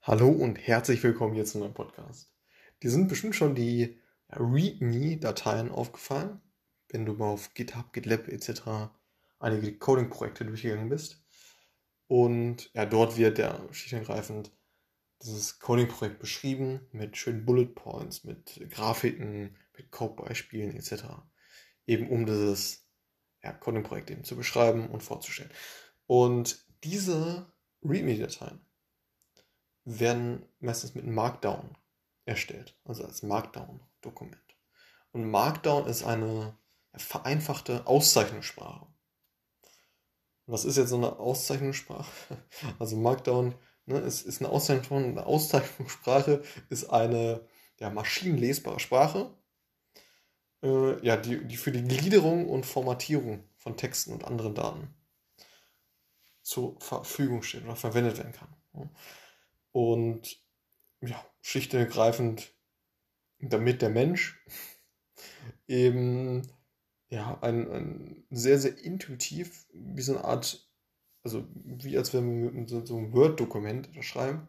Hallo und herzlich willkommen hier zu meinem Podcast. Dir sind bestimmt schon die README-Dateien aufgefallen, wenn du mal auf GitHub, GitLab etc. einige Coding-Projekte durchgegangen bist. Und ja, dort wird ja schlicht und ergreifend dieses Coding-Projekt beschrieben mit schönen Bullet Points, mit Grafiken, mit Code-Beispielen etc. Eben um dieses Coding-Projekt eben zu beschreiben und vorzustellen. Und diese README-Dateien werden meistens mit Markdown erstellt, also als Markdown-Dokument. Und Markdown ist eine vereinfachte Auszeichnungssprache. Und was ist jetzt so eine Auszeichnungssprache? Also Markdown, ne, ist eine Auszeichnungssprache ist eine maschinenlesbare Sprache, die für die Gliederung und Formatierung von Texten und anderen Daten zur Verfügung steht oder verwendet werden kann. Und ja, schlicht und ergreifend, damit der Mensch eben ein sehr, sehr intuitiv, wie so eine Art, also wie als wenn wir mit so einem Word-Dokument schreiben,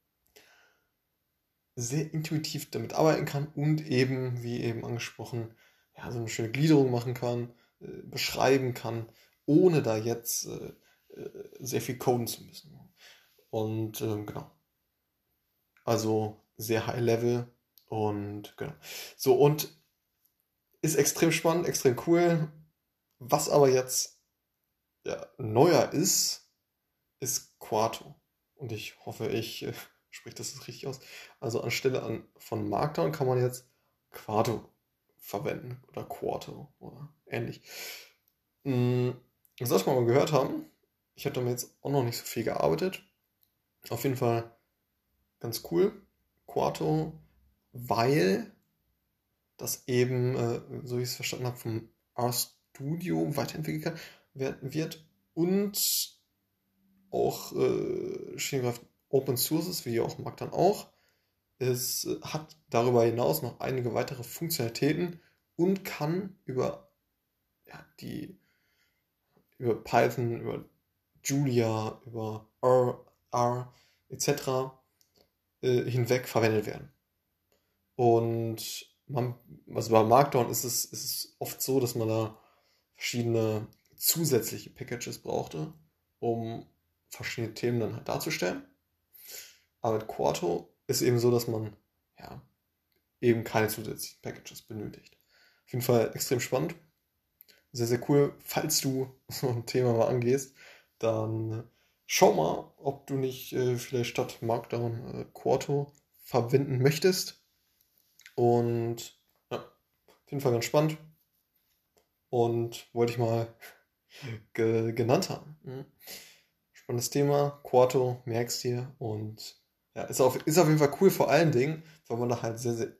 sehr intuitiv damit arbeiten kann und eben, wie eben angesprochen, ja, so eine schöne Gliederung machen kann, beschreiben kann, ohne da jetzt sehr viel coden zu müssen. Und genau, also sehr high level und genau. So, und ist extrem spannend, extrem cool. Was aber jetzt neuer ist Quarto. Und ich hoffe, ich spreche das jetzt richtig aus. Also von Markdown kann man jetzt Quarto verwenden oder Quarto oder ähnlich. Das sollte man mal gehört haben. Ich habe damit jetzt auch noch nicht so viel gearbeitet. Auf jeden Fall ganz cool. Quarto, weil das eben, so wie ich es verstanden habe, vom RStudio weiterentwickelt wird und auch Open Source ist, wie auch Markdown auch. Es hat darüber hinaus noch einige weitere Funktionalitäten und kann über Python, über Julia, über R etc. Hinweg verwendet werden. Und also bei Markdown ist es oft so, dass man da verschiedene zusätzliche Packages brauchte, um verschiedene Themen dann halt darzustellen. Aber mit Quarto ist eben so, dass man ja eben keine zusätzlichen Packages benötigt. Auf jeden Fall extrem spannend. Sehr, sehr cool. Falls du so ein Thema mal angehst, dann schau mal, ob du nicht vielleicht statt Markdown Quarto verwenden möchtest. Und ja, auf jeden Fall ganz spannend. Und wollte ich mal genannt haben. Spannendes Thema. Quarto, merkst dir. Und ja, ist auf jeden Fall cool, vor allen Dingen, weil man da halt sehr, sehr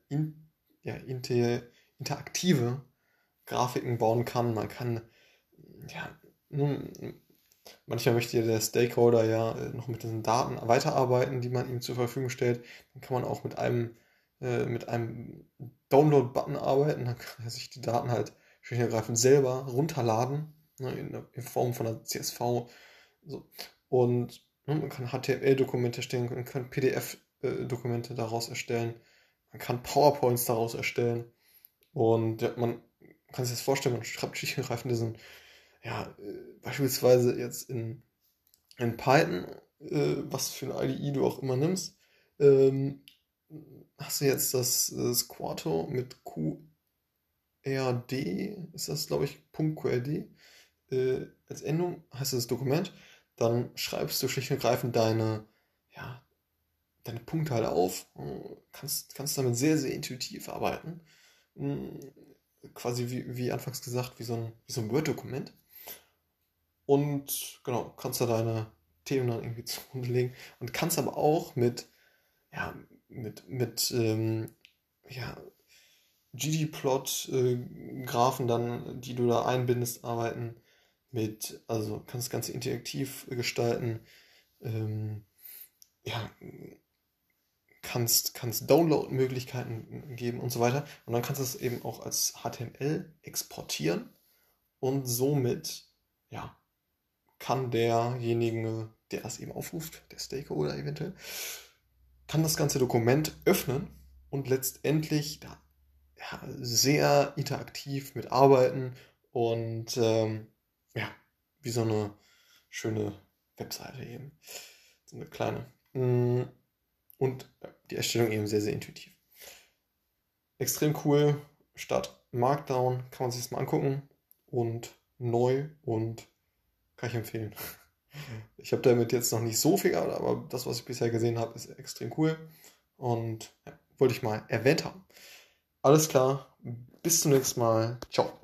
interaktive Grafiken bauen kann. Man kann, ja, nun, manchmal möchte ja der Stakeholder noch mit diesen Daten weiterarbeiten, die man ihm zur Verfügung stellt. Dann kann man auch mit einem Download-Button arbeiten. Dann kann er sich die Daten halt schlicht und ergreifend selber runterladen, ne, in Form von einer CSV. So. Und man kann HTML-Dokumente erstellen, man kann PDF-Dokumente daraus erstellen, man kann PowerPoints daraus erstellen. Und ja, man kann sich das vorstellen, man schreibt schlicht und ergreifend beispielsweise jetzt in Python, was für eine IDE du auch immer nimmst, ähm, hast du jetzt das Quarto mit QRD, ist das, glaube ich, .qrd, als Endung heißt das Dokument, dann schreibst du schlicht und ergreifend deine Punkte halt auf, kannst damit sehr, sehr intuitiv arbeiten. Mm, Quasi wie anfangs gesagt, wie so ein Word-Dokument. Und genau, kannst da deine Themen dann irgendwie zugrunde legen und kannst aber auch ja, mit ja, ggplot-Graphen dann, die du da einbindest, arbeiten. Also kannst das Ganze interaktiv gestalten. Ähm, ja, kannst Download-Möglichkeiten geben und so weiter. Und dann kannst du es eben auch als HTML exportieren und somit, ja, kann derjenige, der das eben aufruft, der Stakeholder eventuell, kann das ganze Dokument öffnen und letztendlich da ja, sehr interaktiv mitarbeiten und ja, wie so eine schöne Webseite eben. So eine kleine. Und die Erstellung eben sehr, sehr intuitiv. Extrem cool. Statt Markdown kann man sich das mal angucken. Und neu und kann ich empfehlen. Ich habe damit jetzt noch nicht so viel gearbeitet, aber das, was ich bisher gesehen habe, ist extrem cool. Und ja, wollte ich mal erwähnt haben. Alles klar, bis zum nächsten Mal. Ciao.